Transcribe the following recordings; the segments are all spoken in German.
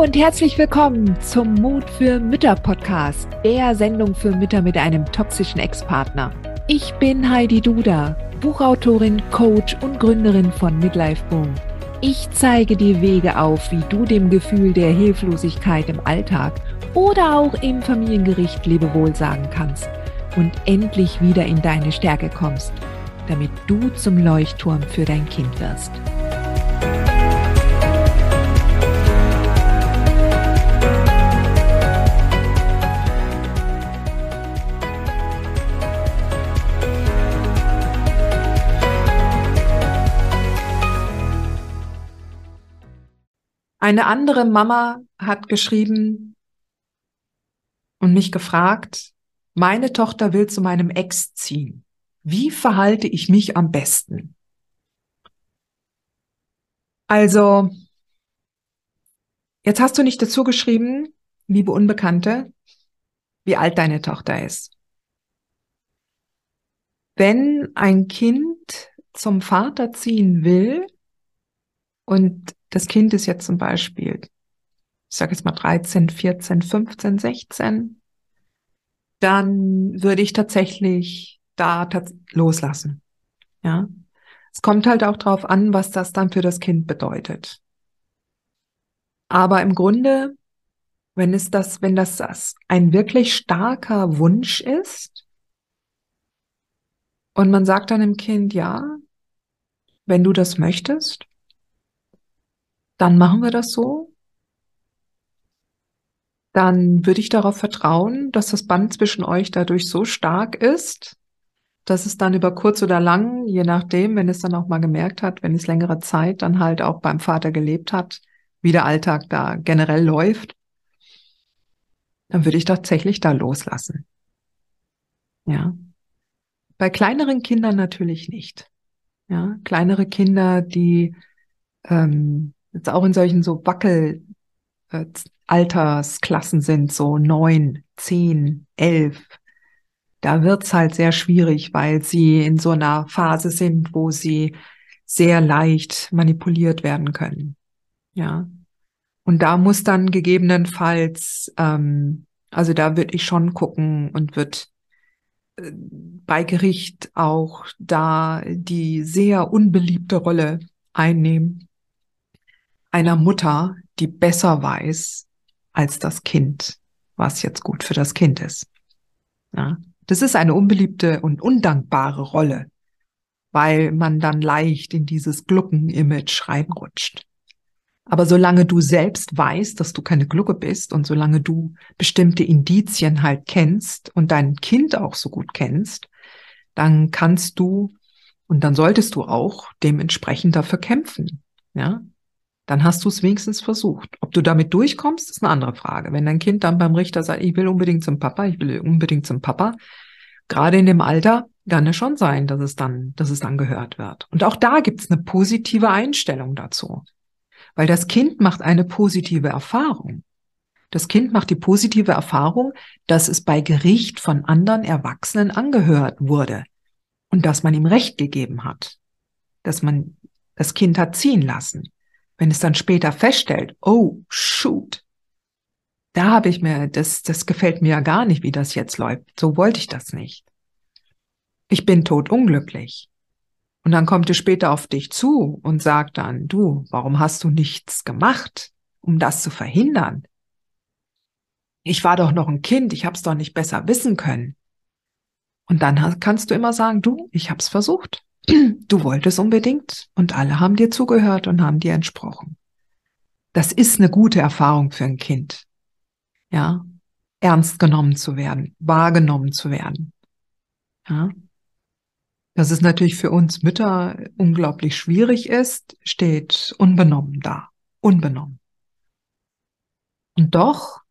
und herzlich willkommen zum Mut für Mütter Podcast, der Sendung für Mütter mit einem toxischen Ex-Partner. Ich bin Heidi Duda, Buchautorin, Coach und Gründerin von Midlife Boom. Ich zeige dir Wege auf, wie du dem Gefühl der Hilflosigkeit im Alltag oder auch im Familiengericht Lebewohl sagen kannst und endlich wieder in deine Stärke kommst, damit du zum Leuchtturm für dein Kind wirst. Eine andere Mama hat geschrieben und mich gefragt, meine Tochter will zu meinem Ex ziehen. Wie verhalte ich mich am besten? Also, jetzt hast du nicht dazu geschrieben, liebe Unbekannte, wie alt deine Tochter ist. Wenn ein Kind zum Vater ziehen will und das Kind ist jetzt zum Beispiel, ich sage jetzt mal 13, 14, 15, 16, dann würde ich tatsächlich da loslassen. Ja, es kommt halt auch drauf an, was das dann für das Kind bedeutet. Aber im Grunde, wenn das ein wirklich starker Wunsch ist und man sagt dann dem Kind, ja, wenn du das möchtest, dann machen wir das so. Dann würde ich darauf vertrauen, dass das Band zwischen euch dadurch so stark ist, dass es dann über kurz oder lang, je nachdem, wenn es dann auch mal gemerkt hat, wenn es längere Zeit dann halt auch beim Vater gelebt hat, wie der Alltag da generell läuft, dann würde ich tatsächlich da loslassen. Ja. Bei kleineren Kindern natürlich nicht. Ja, kleinere Kinder, die jetzt auch in solchen so Altersklassen sind, so 9, 10, 11. Da wird's halt sehr schwierig, weil sie in so einer Phase sind, wo sie sehr leicht manipuliert werden können. Ja. Und da muss dann gegebenenfalls, also da würde ich schon gucken und würde bei Gericht auch da die sehr unbeliebte Rolle einnehmen einer Mutter, die besser weiß als das Kind, was jetzt gut für das Kind ist. Ja, das ist eine unbeliebte und undankbare Rolle, weil man dann leicht in dieses Glucken-Image reinrutscht. Aber solange du selbst weißt, dass du keine Glucke bist und solange du bestimmte Indizien halt kennst und dein Kind auch so gut kennst, dann kannst du und dann solltest du auch dementsprechend dafür kämpfen. Ja, dann hast du es wenigstens versucht. Ob du damit durchkommst, ist eine andere Frage. Wenn dein Kind dann beim Richter sagt, ich will unbedingt zum Papa, gerade in dem Alter, kann es schon sein, dass es dann gehört wird. Und auch da gibt es eine positive Einstellung dazu. Weil das Kind macht eine positive Erfahrung. Das Kind macht die positive Erfahrung, dass es bei Gericht von anderen Erwachsenen angehört wurde und dass man ihm Recht gegeben hat, dass man das Kind hat ziehen lassen. Wenn es dann später feststellt, oh, shoot, da habe ich mir, das gefällt mir ja gar nicht, wie das jetzt läuft. So wollte ich das nicht. Ich bin totunglücklich. Und dann kommt es später auf dich zu und sagt dann, du, warum hast du nichts gemacht, um das zu verhindern? Ich war doch noch ein Kind, ich habe es doch nicht besser wissen können. Und dann kannst du immer sagen, du, ich habe es versucht. Du wolltest unbedingt und alle haben dir zugehört und haben dir entsprochen. Das ist eine gute Erfahrung für ein Kind. Ja, ernst genommen zu werden, wahrgenommen zu werden. Ja. Dass es natürlich für uns Mütter unglaublich schwierig ist, steht unbenommen da. Unbenommen. Und doch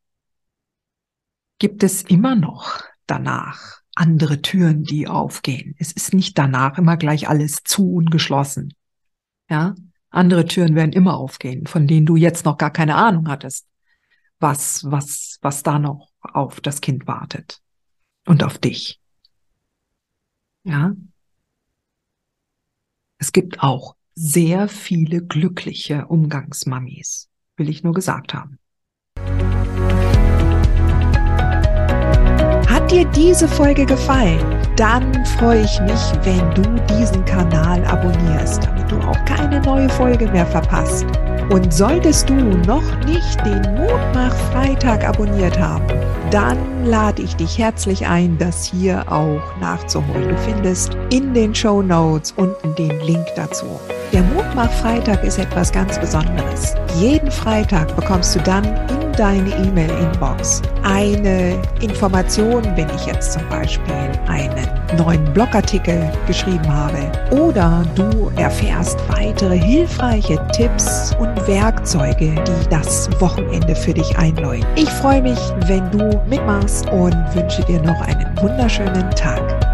gibt es immer noch danach andere Türen, die aufgehen. Es ist nicht danach immer gleich alles zu und geschlossen. Ja, andere Türen werden immer aufgehen, von denen du jetzt noch gar keine Ahnung hattest, was da noch auf das Kind wartet und auf dich. Ja. Es gibt auch sehr viele glückliche Umgangsmamis, will ich nur gesagt haben. Hat dir diese Folge gefallen? Dann freue ich mich, wenn du diesen Kanal abonnierst, damit du auch keine neue Folge mehr verpasst. Und solltest du noch nicht den Mutmach-Freitag abonniert haben, dann lade ich dich herzlich ein, das hier auch nachzuholen. Du findest in den Shownotes unten den Link dazu. Der Mutmach-Freitag ist etwas ganz Besonderes. Jeden Freitag bekommst du dann in deine E-Mail-Inbox eine Information, wenn ich jetzt zum Beispiel einen neuen Blogartikel geschrieben habe. Oder du erfährst weitere hilfreiche Tipps und Werkzeuge, die das Wochenende für dich einläuten. Ich freue mich, wenn du mitmachst und wünsche dir noch einen wunderschönen Tag.